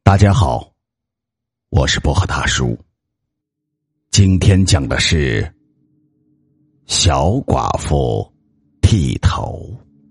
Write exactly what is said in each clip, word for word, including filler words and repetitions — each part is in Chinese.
大家好，我是薄荷大叔。今天讲的是小寡妇剃头。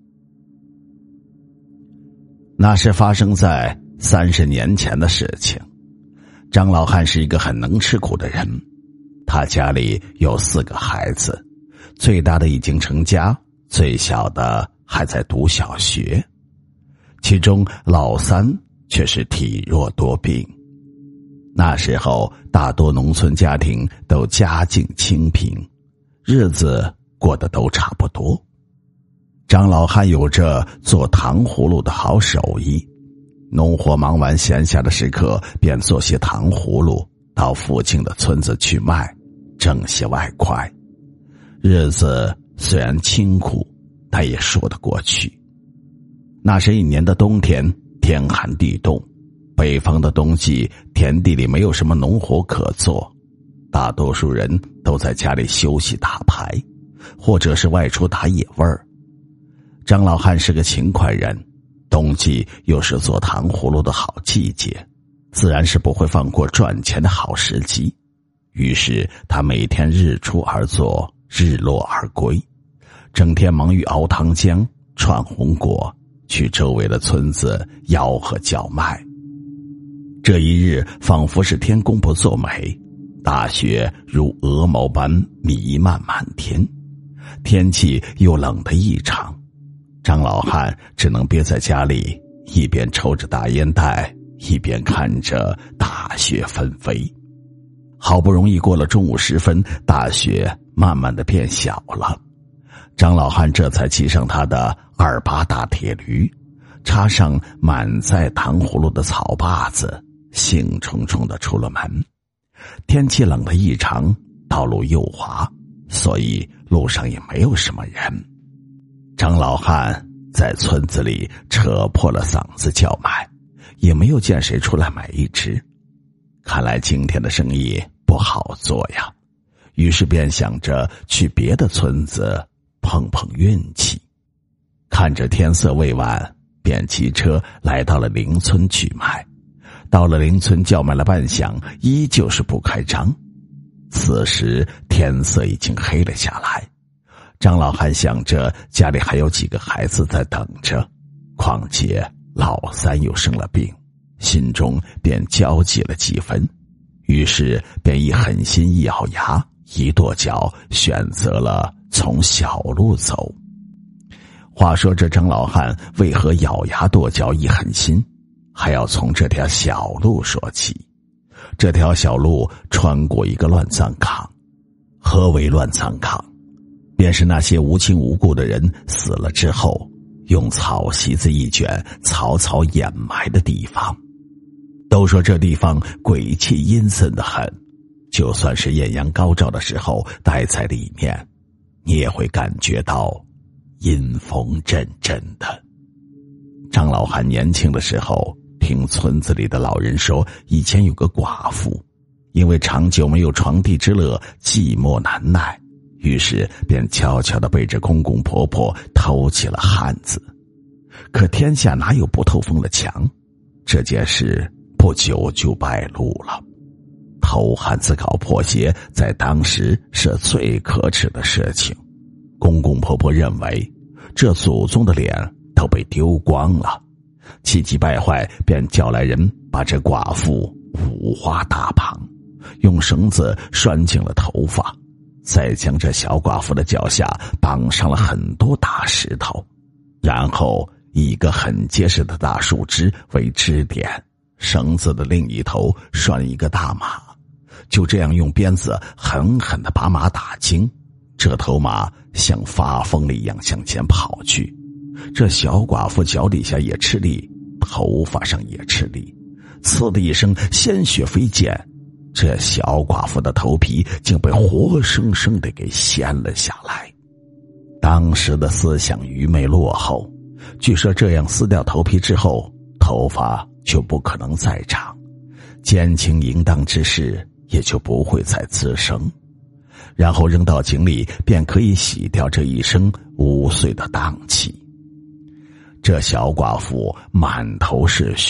那是发生在三十年前的事情。张老汉是一个很能吃苦的人，他家里有四个孩子，最大的已经成家，最小的还在读小学，其中老三却是体弱多病。那时候大多农村家庭都家境清贫，日子过得都差不多。张老汉有着做糖葫芦的好手艺，农活忙完闲暇的时刻便做些糖葫芦到附近的村子去卖，挣些外快。日子虽然清苦，但也说得过去。那是一年的冬天，天寒地冻，北方的冬季田地里没有什么农活可做，大多数人都在家里休息打牌，或者是外出打野味儿。张老汉是个勤快人，冬季又是做糖葫芦的好季节，自然是不会放过赚钱的好时机。于是他每天日出而作，日落而归，整天忙于熬糖浆、串红果，去周围的村子吆喝叫卖。这一日仿佛是天公不作美，大雪如鹅毛般弥漫满天，天气又冷得异常。张老汉只能憋在家里，一边抽着大烟袋，一边看着大雪纷飞。好不容易过了中午时分，大雪慢慢的变小了，张老汉这才骑上他的二八大铁驴，插上满载糖葫芦的草把子，兴冲冲的出了门。天气冷得异常，道路又滑，所以路上也没有什么人。张老汉在村子里扯破了嗓子叫卖，也没有见谁出来买一只。看来今天的生意不好做呀，于是便想着去别的村子碰碰运气。看着天色未晚，便骑车来到了邻村去卖。到了邻村叫卖了半晌，依旧是不开张。此时天色已经黑了下来，张老汉想着家里还有几个孩子在等着，况且老三又生了病，心中便焦急了几分，于是便一狠心一咬牙一跺脚，选择了从小路走。话说这张老汉为何咬牙跺脚一狠心，还要从这条小路说起。这条小路穿过一个乱葬岗。何为乱葬岗？便是那些无亲无故的人死了之后，用草席子一卷，草草掩埋的地方。都说这地方鬼气阴森得很，就算是艳阳高照的时候待在里面，你也会感觉到阴风阵阵的。张老汉年轻的时候听村子里的老人说，以前有个寡妇，因为长久没有床地之乐，寂寞难耐，于是便悄悄地背着公公婆婆偷起了汉子。可天下哪有不透风的墙？这件事不久就败露了。偷汉子搞破鞋在当时是最可耻的事情，公公婆婆认为这祖宗的脸都被丢光了，气急败坏便叫来人把这寡妇五花大绑，用绳子拴进了头发，再将这小寡妇的脚下绑上了很多大石头，然后以一个很结实的大树枝为支点，绳子的另一头拴一个大马，就这样用鞭子狠狠地把马打惊。这头马像发疯了一样向前跑去，这小寡妇脚底下也吃力，头发上也吃力，呲的一声鲜血飞溅，这小寡妇的头皮竟被活生生地给掀了下来。当时的思想愚昧落后，据说这样撕掉头皮之后，头发就不可能再长，奸情淫荡之事也就不会再滋生，然后扔到井里便可以洗掉这一生污秽的荡气。这小寡妇满头是血，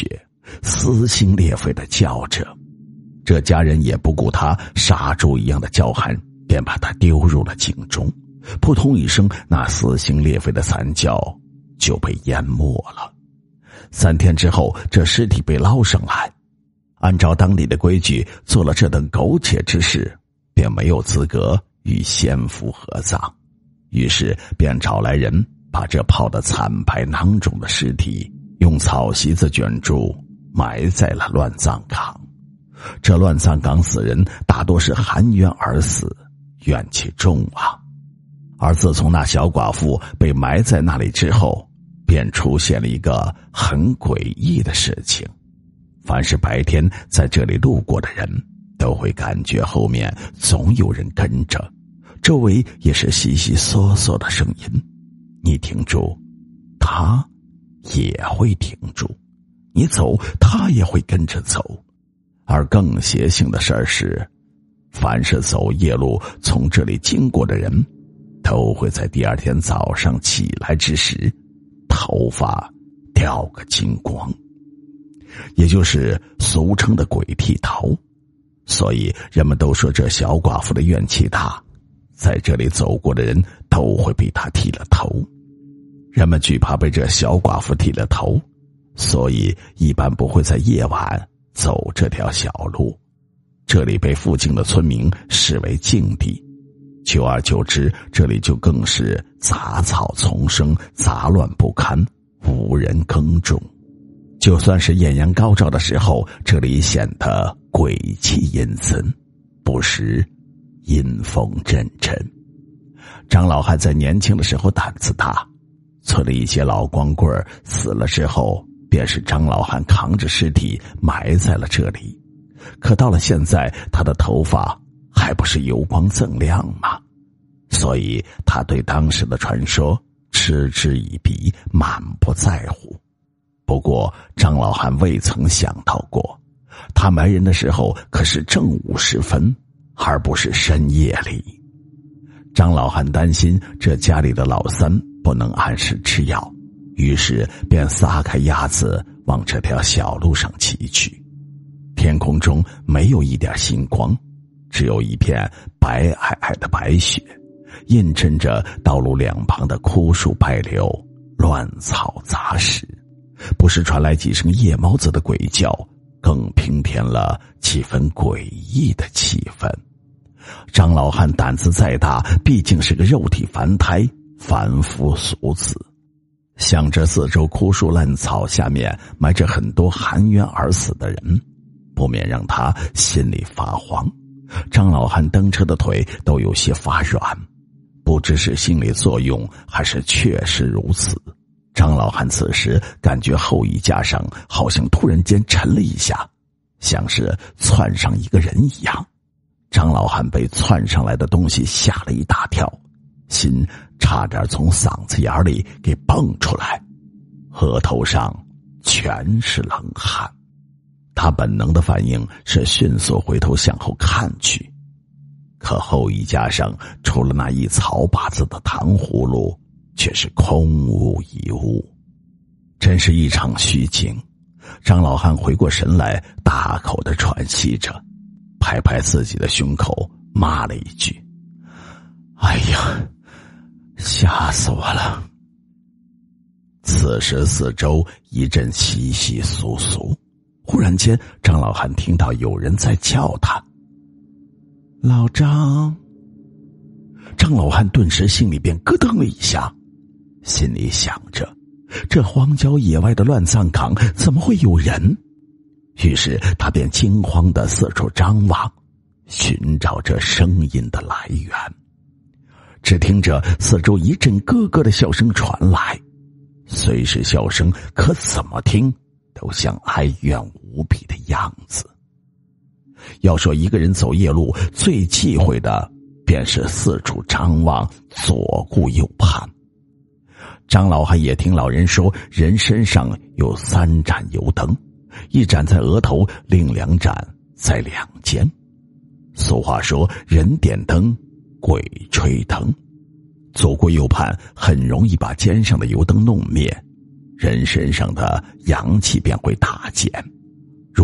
撕心裂肺的叫着。这家人也不顾他杀猪一样的叫喊，便把他丢入了井中。扑通一声，那撕心裂肺的惨叫就被淹没了。三天之后，这尸体被捞上来，按照当地的规矩，做了这等苟且之事，便没有资格与先父合葬。于是便找来人，把这泡得惨白囊肿的尸体用草席子卷住，埋在了乱葬岗。这乱葬岗死人大多是含冤而死，怨气重啊。而自从那小寡妇被埋在那里之后，便出现了一个很诡异的事情。凡是白天在这里路过的人，都会感觉后面总有人跟着，周围也是悉悉嗦嗦的声音。你停住，他也会停住；你走，他也会跟着走。而更邪性的事儿是，凡是走夜路从这里经过的人，都会在第二天早上起来之时，头发掉个精光，也就是俗称的鬼剃头。所以人们都说这小寡妇的怨气大，在这里走过的人都会被她剃了头。人们惧怕被这小寡妇剃了头，所以一般不会在夜晚走这条小路。这里被附近的村民视为禁地，久而久之，这里就更是杂草丛生，杂乱不堪，无人耕种。就算是艳阳高照的时候，这里显得鬼气阴森，不时阴风阵阵。张老汉在年轻的时候胆子大，村里一些老光棍死了之后，便是张老汉扛着尸体埋在了这里。可到了现在，他的头发还不是油光锃亮吗？所以他对当时的传说嗤之以鼻，满不在乎。不过张老汉未曾想到过，他埋人的时候可是正午时分，而不是深夜里。张老汉担心这家里的老三不能按时吃药，于是便撒开鸭子往这条小路上骑去。天空中没有一点星光，只有一片白皑皑的白雪，映衬着道路两旁的枯树败柳、乱草杂石，不时传来几声夜猫子的鬼叫，更平添了几分诡异的气氛。张老汉胆子再大，毕竟是个肉体凡胎，凡夫俗子，想着四周枯树烂草下面埋着很多含冤而死的人，不免让他心里发慌。张老汉蹬车的腿都有些发软，不知是心理作用还是确实如此。张老汉此时感觉后衣架上好像突然间沉了一下，像是窜上一个人一样。张老汉被窜上来的东西吓了一大跳，心差点从嗓子眼里给蹦出来，额头上全是冷汗。他本能的反应是迅速回头向后看去，可后衣架上除了那一草把子的糖葫芦，却是空无一物，真是一场虚惊。张老汉回过神来，大口的喘息着，拍拍自己的胸口，骂了一句：哎呀，吓死我了。此时四周一阵窸窸窣窣，忽然间张老汉听到有人在叫他：老张。张老汉顿时心里便咯噔了一下，心里想着这荒郊野外的乱葬岗怎么会有人？于是他便惊慌地四处张望，寻找着声音的来源。只听着四周一阵咯咯的笑声传来，虽是笑声，可怎么听都像哀怨无比的样子。要说一个人走夜路最忌讳的便是四处张望，左顾右盼。张老汉也听老人说，人身上有三盏油灯，一盏在额头，另两盏在两肩。俗话说，人点灯，鬼吹灯。左顾右盼很容易把肩上的油灯弄灭，人身上的阳气便会大减。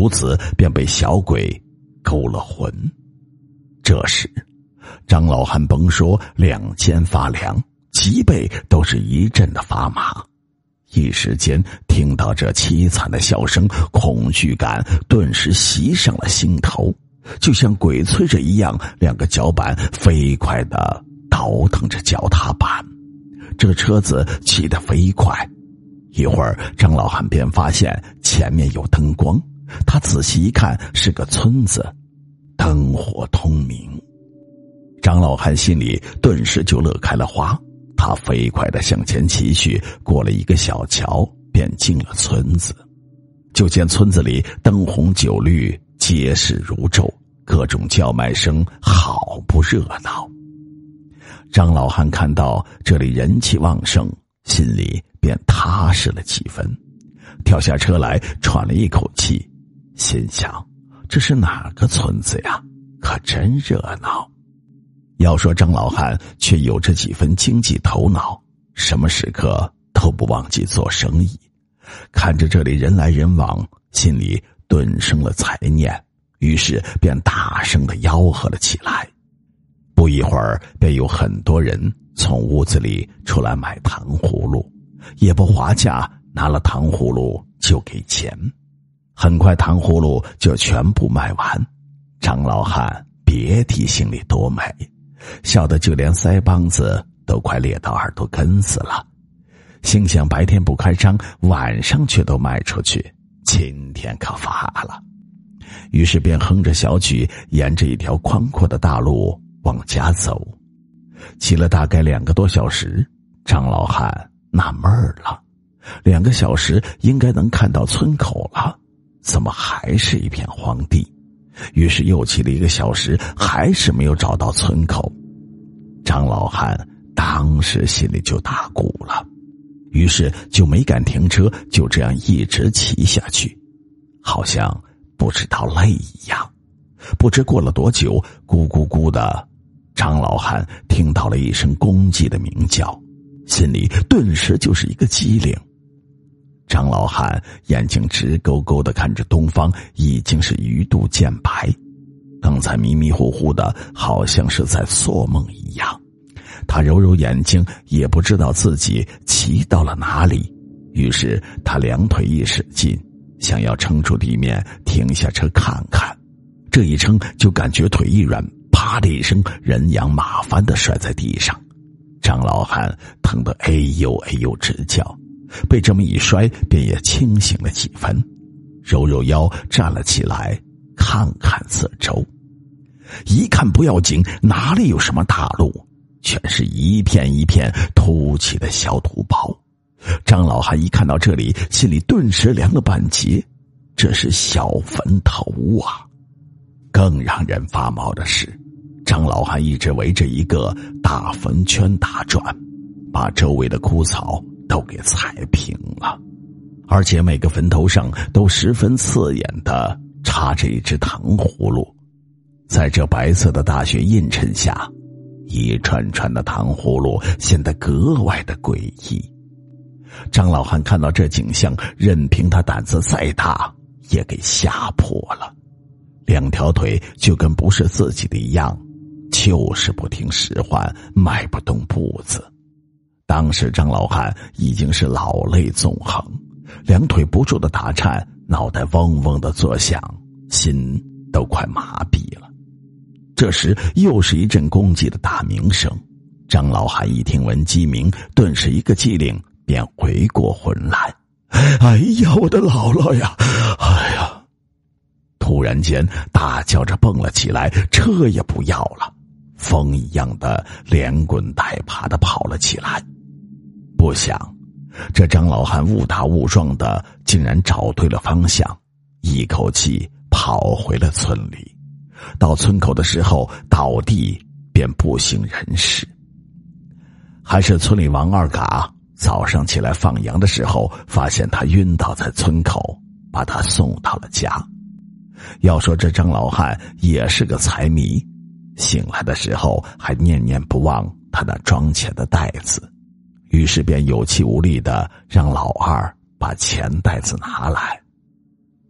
如此便被小鬼勾了魂。这时张老汉甭说两肩发凉，脊背都是一阵的发麻。一时间听到这凄惨的笑声，恐惧感顿时袭上了心头，就像鬼催着一样，两个脚板飞快地倒腾着脚踏板。这车子骑得飞快，一会儿张老汉便发现前面有灯光，他仔细一看，是个村子，灯火通明。张老汉心里顿时就乐开了花，他飞快地向前骑去，过了一个小桥，便进了村子。就见村子里灯红酒绿，街市如昼，各种叫卖声好不热闹。张老汉看到这里人气旺盛，心里便踏实了几分，跳下车来喘了一口气，心想这是哪个村子呀，可真热闹。要说张老汉却有着几分经济头脑，什么时刻都不忘记做生意。看着这里人来人往，心里顿生了财念，于是便大声地吆喝了起来。不一会儿，便有很多人从屋子里出来买糖葫芦，也不划价，拿了糖葫芦就给钱。很快糖葫芦就全部卖完，张老汉别提心里多美，笑得就连腮帮子都快裂到耳朵根子了。心想白天不开张，晚上却都卖出去，今天可发了。于是便哼着小曲，沿着一条宽阔的大路往家走。骑了大概两个多小时，张老汉纳闷了，两个小时应该能看到村口了，怎么还是一片荒地？于是又骑了一个小时，还是没有找到村口。张老汉当时心里就打鼓了，于是就没敢停车，就这样一直骑下去，好像不知道累一样。不知过了多久，咕咕咕的，张老汉听到了一声公鸡的鸣叫，心里顿时就是一个机灵。张老汉眼睛直勾勾地看着东方，已经是鱼肚见白，刚才迷迷糊糊的，好像是在做梦一样。他揉揉眼睛，也不知道自己骑到了哪里，于是他两腿一使劲，想要撑住地面，停下车看看。这一撑就感觉腿一软，啪的一声，人仰马翻的摔在地上。张老汉疼得哎呦哎呦直叫，被这么一摔，便也清醒了几分，揉揉腰站了起来，看看四周。一看不要紧，哪里有什么大路，全是一片一片凸起的小土包。张老汉一看到这里，心里顿时凉了半截，这是小坟头啊！更让人发毛的是，张老汉一直围着一个大坟圈打转，把周围的枯草都给踩平了，而且每个坟头上都十分刺眼的插着一只糖葫芦。在这白色的大雪映衬下，一串串的糖葫芦显得格外的诡异。张老汉看到这景象，任凭他胆子再大，也给吓破了，两条腿就跟不是自己的一样，就是不听使唤，迈不动步子。当时张老汉已经是老泪纵横，两腿不住的打颤，脑袋嗡嗡的作响，心都快麻痹了。这时又是一阵公鸡的大鸣声，张老汉一听闻鸡鸣，顿时一个机灵，便回过魂来。哎呀，我的姥姥呀！哎呀！突然间大叫着蹦了起来，车也不要了，风一样的连滚带爬的跑了起来。不想这张老汉误打误撞的竟然找对了方向，一口气跑回了村里。到村口的时候，倒地便不省人事。还是村里王二嘎早上起来放羊的时候，发现他晕倒在村口，把他送到了家。要说这张老汉也是个财迷，醒来的时候还念念不忘他那装钱的袋子，于是便有气无力的让老二把钱袋子拿来。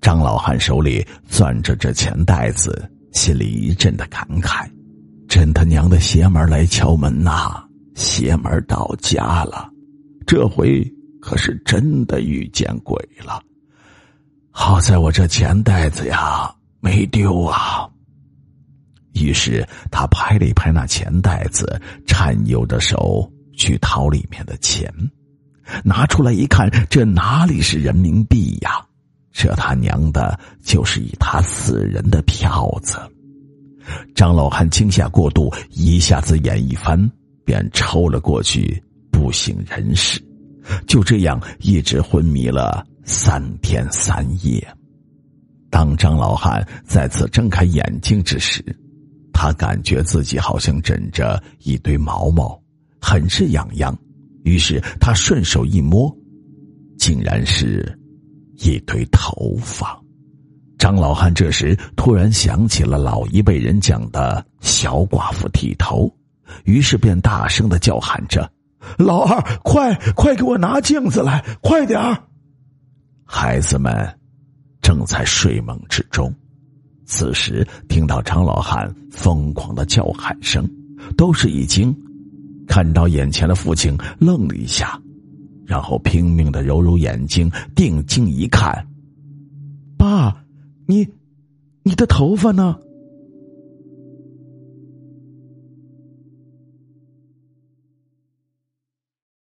张老汉手里攥着这钱袋子，心里一阵的感慨：真他娘的邪门来敲门呐！邪门到家了，这回可是真的遇见鬼了。好在我这钱袋子呀没丢啊。于是他拍了一拍那钱袋子，颤悠着手去掏里面的钱，拿出来一看，这哪里是人民币呀？这他娘的就是一沓死人的票子。张老汉惊吓过度，一下子眼一翻，便抽了过去，不省人事。就这样一直昏迷了三天三夜。当张老汉再次睁开眼睛之时，他感觉自己好像枕着一堆毛毛，很是痒痒。于是他顺手一摸，竟然是一堆头发。张老汉这时突然想起了老一辈人讲的小寡妇剃头，于是便大声的叫喊着：老二，快快给我拿镜子来，快点儿！孩子们正在睡梦之中，此时听到张老汉疯狂的叫喊声，都是一惊，看到眼前的父亲愣了一下，然后拼命的揉揉眼睛，定睛一看：爸，你你的头发呢？